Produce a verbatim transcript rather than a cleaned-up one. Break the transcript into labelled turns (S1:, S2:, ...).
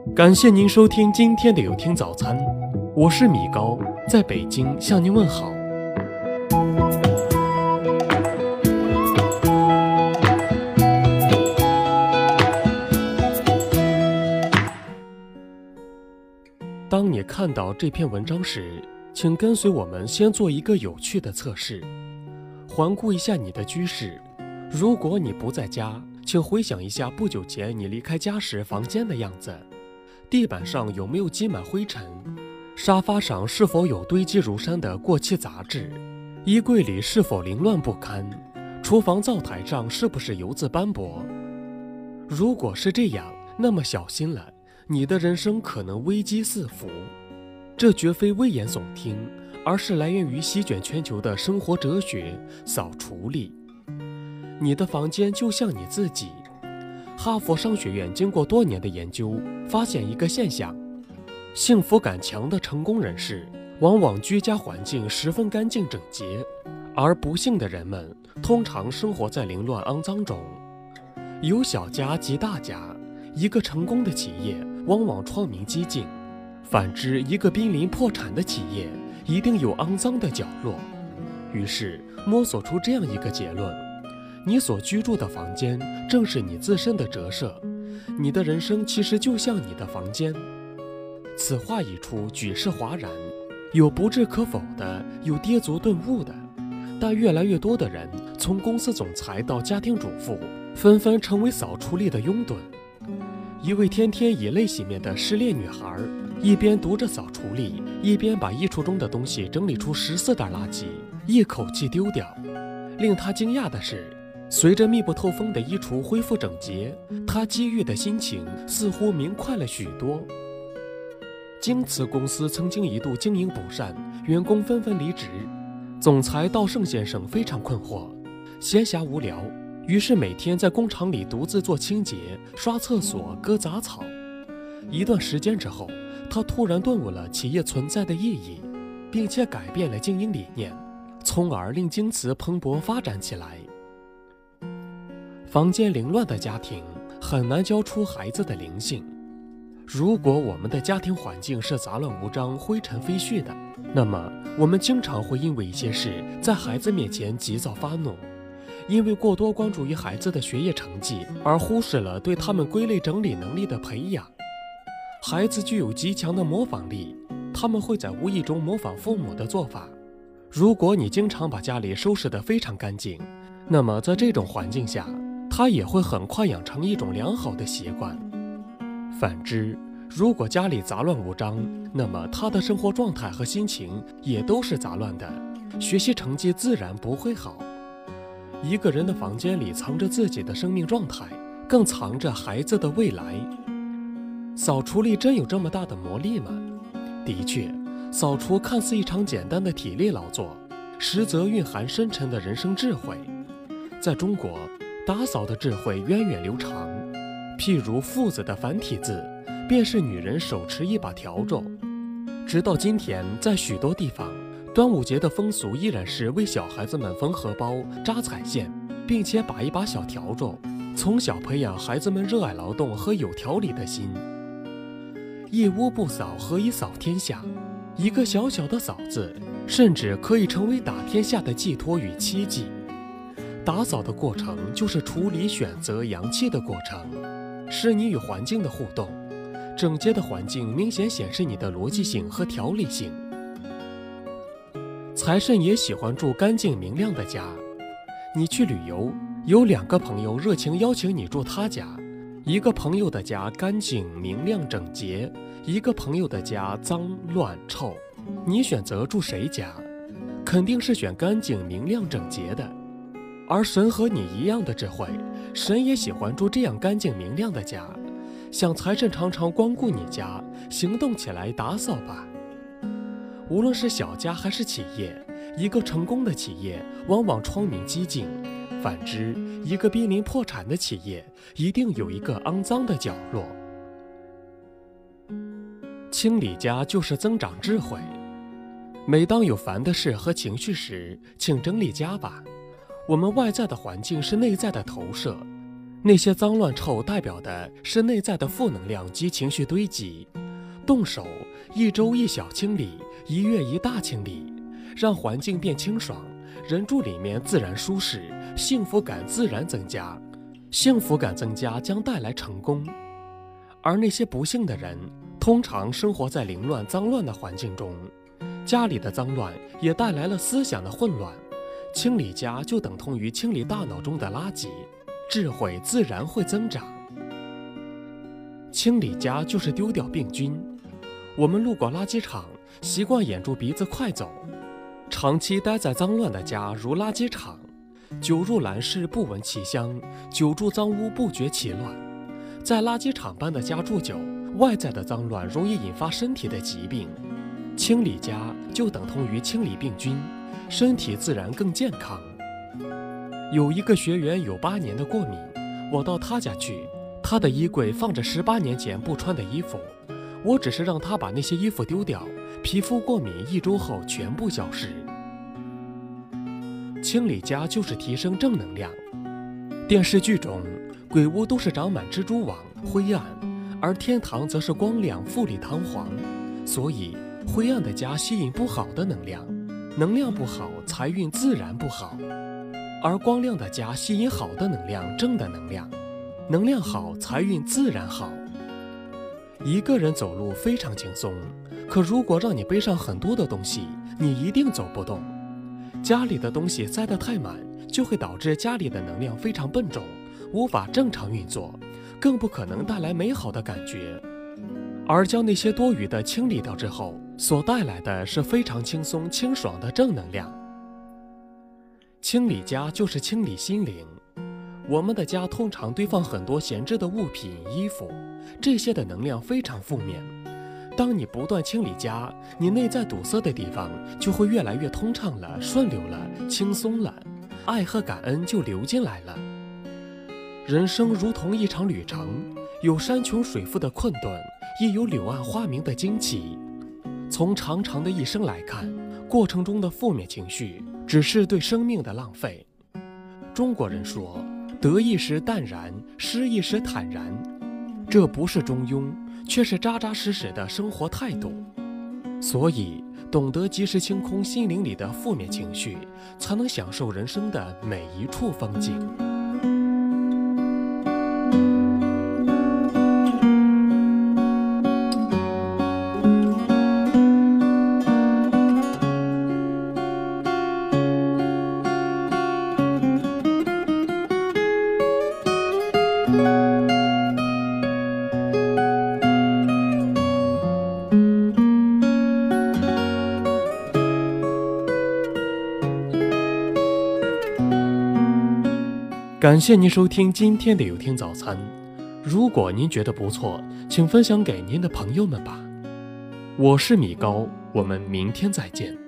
S1: 感谢您收听今天的有听早餐，我是米高，在北京向您问好。当你看到这篇文章时，请跟随我们先做一个有趣的测试，环顾一下你的居室。如果你不在家，请回想一下不久前你离开家时房间的样子。地板上有没有积满灰尘？沙发上是否有堆积如山的过期杂志？衣柜里是否凌乱不堪？厨房灶台上是不是油渍斑驳？如果是这样，那么小心了，你的人生可能危机四伏。这绝非危言耸听，而是来源于席卷全球的生活哲学——扫除力。你的房间就像你自己。哈佛商学院经过多年的研究，发现一个现象：幸福感强的成功人士，往往居家环境十分干净整洁，而不幸的人们通常生活在凌乱肮脏中。有小家即大家，一个成功的企业往往窗明几净，反之，一个濒临破产的企业一定有肮脏的角落。于是，摸索出这样一个结论：你所居住的房间正是你自身的折射，你的人生其实就像你的房间。此话一出，举世哗然，有不置可否的，有跌足顿悟的，但越来越多的人，从公司总裁到家庭主妇，纷纷成为扫除力的拥趸。一位天天以泪洗面的失恋女孩，一边读着扫除力，一边把衣橱中的东西整理出十四袋垃圾，一口气丢掉。令她惊讶的是，随着密不透风的衣橱恢复整洁，她积郁的心情似乎明快了许多。京瓷公司曾经一度经营不善，员工纷纷离职。总裁道盛先生非常困惑，闲暇无聊，于是每天在工厂里独自做清洁、刷厕所、割杂草。一段时间之后，他突然顿悟了企业存在的意义，并且改变了经营理念，从而令京瓷蓬勃发展起来。房间凌乱的家庭很难教出孩子的灵性。如果我们的家庭环境是杂乱无章、灰尘飞絮的，那么我们经常会因为一些事在孩子面前急躁发怒，因为过多关注于孩子的学业成绩，而忽视了对他们归类整理能力的培养。孩子具有极强的模仿力，他们会在无意中模仿父母的做法。如果你经常把家里收拾得非常干净，那么在这种环境下，他也会很快养成一种良好的习惯。反之，如果家里杂乱无章，那么他的生活状态和心情也都是杂乱的，学习成绩自然不会好。一个人的房间里藏着自己的生命状态，更藏着孩子的未来。扫除力真有这么大的魔力吗？的确，扫除看似一场简单的体力劳作，实则蕴含深沉的人生智慧。在中国，打扫的智慧源远流长，譬如父子的繁体字，便是女人手持一把笤帚。直到今天，在许多地方，端午节的风俗依然是为小孩子们缝荷包、扎彩线，并且把一把小笤帚，从小培养孩子们热爱劳动和有条理的心。一屋不扫，何以扫天下？一个小小的扫字，甚至可以成为打天下的寄托与期冀。打扫的过程就是处理、选择、扬弃的过程，是你与环境的互动。整洁的环境明显显示你的逻辑性和条理性。财神也喜欢住干净明亮的家。你去旅游，有两个朋友热情邀请你住他家，一个朋友的家干净明亮整洁，一个朋友的家脏乱臭，你选择住谁家？肯定是选干净明亮整洁的。而神和你一样的智慧，神也喜欢住这样干净明亮的家。想财神常常光顾你家，行动起来打扫吧。无论是小家还是企业，一个成功的企业往往窗明几净，反之，一个濒临破产的企业一定有一个肮脏的角落。清理家就是增长智慧。每当有烦的事和情绪时，请整理家吧。我们外在的环境是内在的投射， 那些脏乱臭代表的是内在的负能量及情绪堆积。动手，一周一小清理，一月一大清理，让环境变清爽，人住里面自然舒适，幸福感自然增加。幸福感增加将带来成功。而那些不幸的人，通常生活在凌乱脏乱的环境中，家里的脏乱也带来了思想的混乱。清理家就等同于清理大脑中的垃圾，智慧自然会增长。清理家就是丢掉病菌。我们路过垃圾场，习惯掩住鼻子快走，长期待在脏乱的家如垃圾场，久入兰室不闻其香，久住脏屋不觉其乱。在垃圾场般的家住久，外在的脏乱容易引发身体的疾病。清理家就等同于清理病菌，身体自然更健康。有一个学员有八年的过敏，我到他家去，他的衣柜放着十八年前不穿的衣服，我只是让他把那些衣服丢掉，皮肤过敏一周后全部消失。清理家就是提升正能量。电视剧中，鬼屋都是长满蜘蛛网，灰暗，而天堂则是光亮，富丽堂皇。所以，灰暗的家吸引不好的能量，能量不好，财运自然不好；而光亮的家吸引好的能量，正的能量，能量好，财运自然好。一个人走路非常轻松，可如果让你背上很多的东西，你一定走不动。家里的东西塞得太满，就会导致家里的能量非常笨重，无法正常运作，更不可能带来美好的感觉。而将那些多余的清理掉之后，所带来的是非常轻松清爽的正能量。清理家就是清理心灵。我们的家通常堆放很多闲置的物品、衣服，这些的能量非常负面。当你不断清理家，你内在堵塞的地方就会越来越通畅了、顺流了、轻松了，爱和感恩就流进来了。人生如同一场旅程，有山穷水复的困顿，亦有柳暗花明的惊奇。从长长的一生来看，过程中的负面情绪只是对生命的浪费。中国人说，得意时淡然，失意时坦然，这不是中庸，却是扎扎实实的生活态度。所以，懂得及时清空心灵里的负面情绪，才能享受人生的每一处风景。感谢您收听今天的有听早餐。如果您觉得不错，请分享给您的朋友们吧。我是米高，我们明天再见。